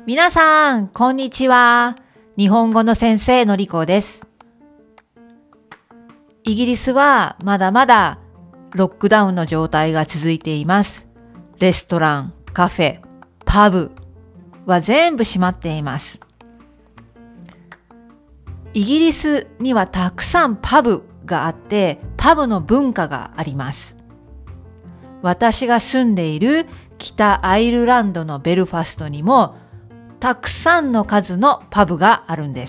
皆さん、こんにちは。日本語の先生のりこです。イギリスはまだまだロックダウンの状態が続いています。レストラン、カフェ、パブは全部閉まっています。イギリスにはたくさんパブがあって、パブの文化があります。私が住んでいる北アイルランドのベルファストにもたくさんの数のパブがあるんです。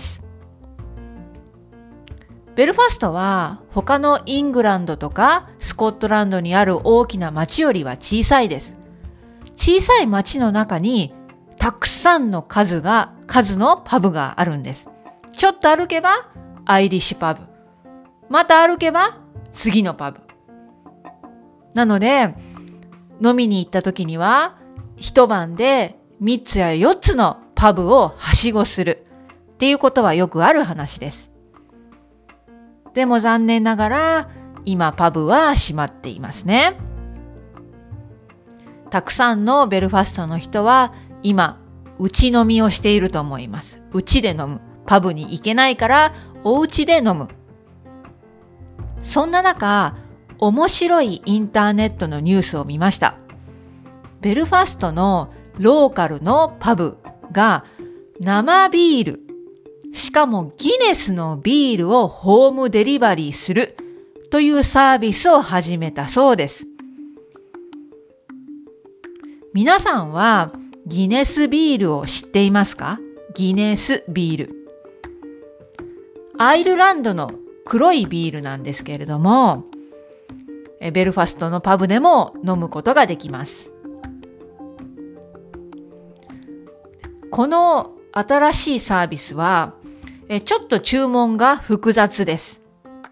ベルファストは他のイングランドとかスコットランドにある大きな町よりは小さいです。小さい町の中にたくさんの数のパブがあるんです。ちょっと歩けばアイリッシュパブ。また歩けば次のパブ。なので飲みに行った時には一晩で3つや4つのパブをはしごするっていうことはよくある話です。でも残念ながら今パブは閉まっていますね。たくさんのベルファストの人は今うち飲みをしていると思います。うちで飲む。パブに行けないからお家で飲む。そんな中、面白いインターネットのニュースを見ました。ベルファストのローカルのパブが生ビール、しかもギネスのビールをホームデリバリーするというサービスを始めたそうです。皆さんはギネスビールを知っていますか？ギネスビール。アイルランドの黒いビールなんですけれども、ベルファストのパブでも飲むことができます。この新しいサービスは、ちょっと注文が複雑です。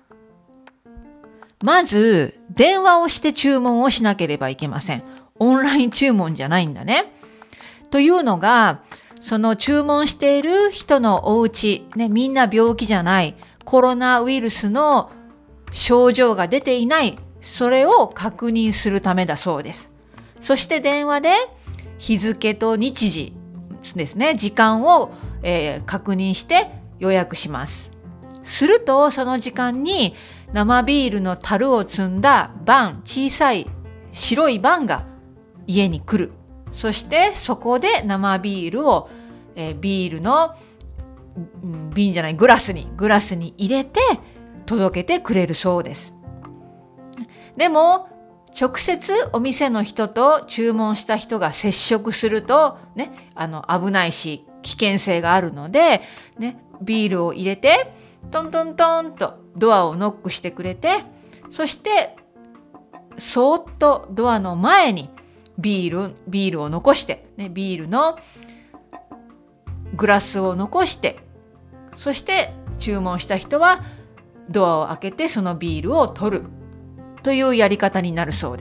まず、電話をして注文をしなければいけません。オンライン注文じゃないんだね。というのが、その注文している人のお家、みんな病気じゃない、コロナウイルスの症状が出ていない、それを確認するためだそうです。そして電話で日付と日時ですね、時間を、確認して予約します。するとその時間に生ビールの樽を積んだ小さい白いバンが家に来る。そしてそこで生ビールを、ビールのグラスに入れて届けてくれるそうです。でも直接お店の人と注文した人が接触するとね、危ないし危険性があるので、ね、ビールを入れてトントントンとドアをノックしてくれて、そしてそーっとドアの前にビールを残して、ね、ビールのグラスを残して、そして注文した人はドアを開けてそのビールを取るというやり方になるそうです。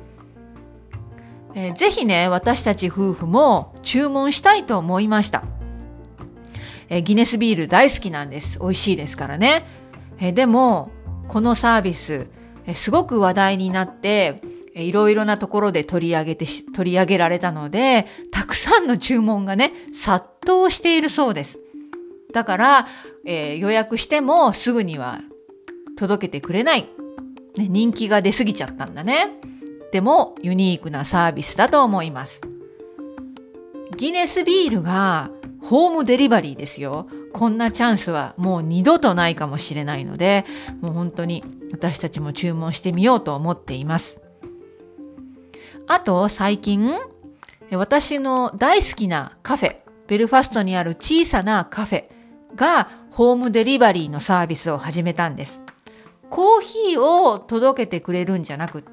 ぜひね、私たち夫婦も注文したいと思いました。ギネスビール大好きなんです。美味しいですからね。でもこのサービス、すごく話題になっていろいろなところで取り上げられたので、たくさんの注文がね、殺到しているそうです。だから、予約してもすぐには届けてくれない。ね、人気が出過ぎちゃったんだね。でもユニークなサービスだと思います。ギネスビールがホームデリバリーですよ。こんなチャンスはもう二度とないかもしれないので、もう本当に私たちも注文してみようと思っています。あと最近、私の大好きなカフェ、ベルファストにある小さなカフェがホームデリバリーのサービスを始めたんです。コーヒーを届けてくれるんじゃなくって、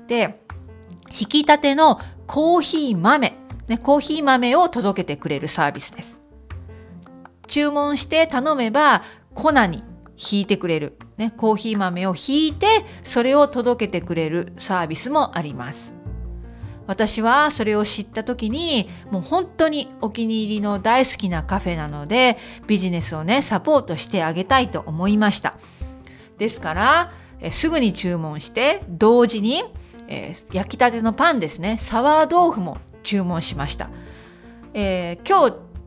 ひきたてのコーヒー豆を届けてくれるサービスです。注文して頼めば粉にひいてくれる、コーヒー豆をひいてそれを届けてくれるサービスもあります。私はそれを知った時にもう本当にお気に入りの大好きなカフェなので、ビジネスをねサポートしてあげたいと思いました。ですからすぐに注文して同時に、焼きたてのパンですね、サワー豆腐も注文しました。今日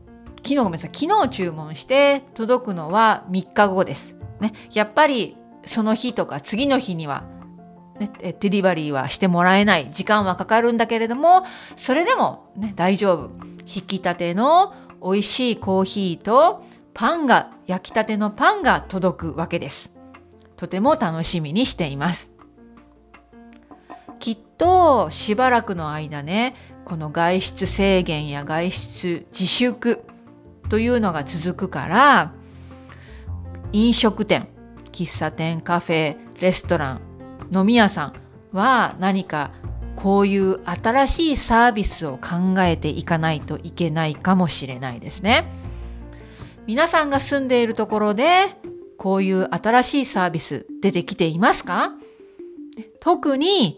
昨日注文して届くのは3日後です。ね、やっぱりその日とか次の日には、ね、デリバリーはしてもらえない。時間はかかるんだけれども、それでも、ね、大丈夫。引き立ての美味しいコーヒーと焼きたてのパンが届くわけです。とても楽しみにしています。きっとしばらくの間ね、この外出制限や外出自粛というのが続くから、飲食店、喫茶店、カフェ、レストラン、飲み屋さんは何かこういう新しいサービスを考えていかないといけないかもしれないですね。皆さんが住んでいるところでこういう新しいサービス出てきていますか？特に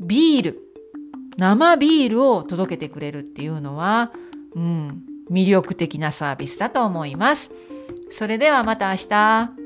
生ビールを届けてくれるっていうのは、魅力的なサービスだと思います。それではまた明日。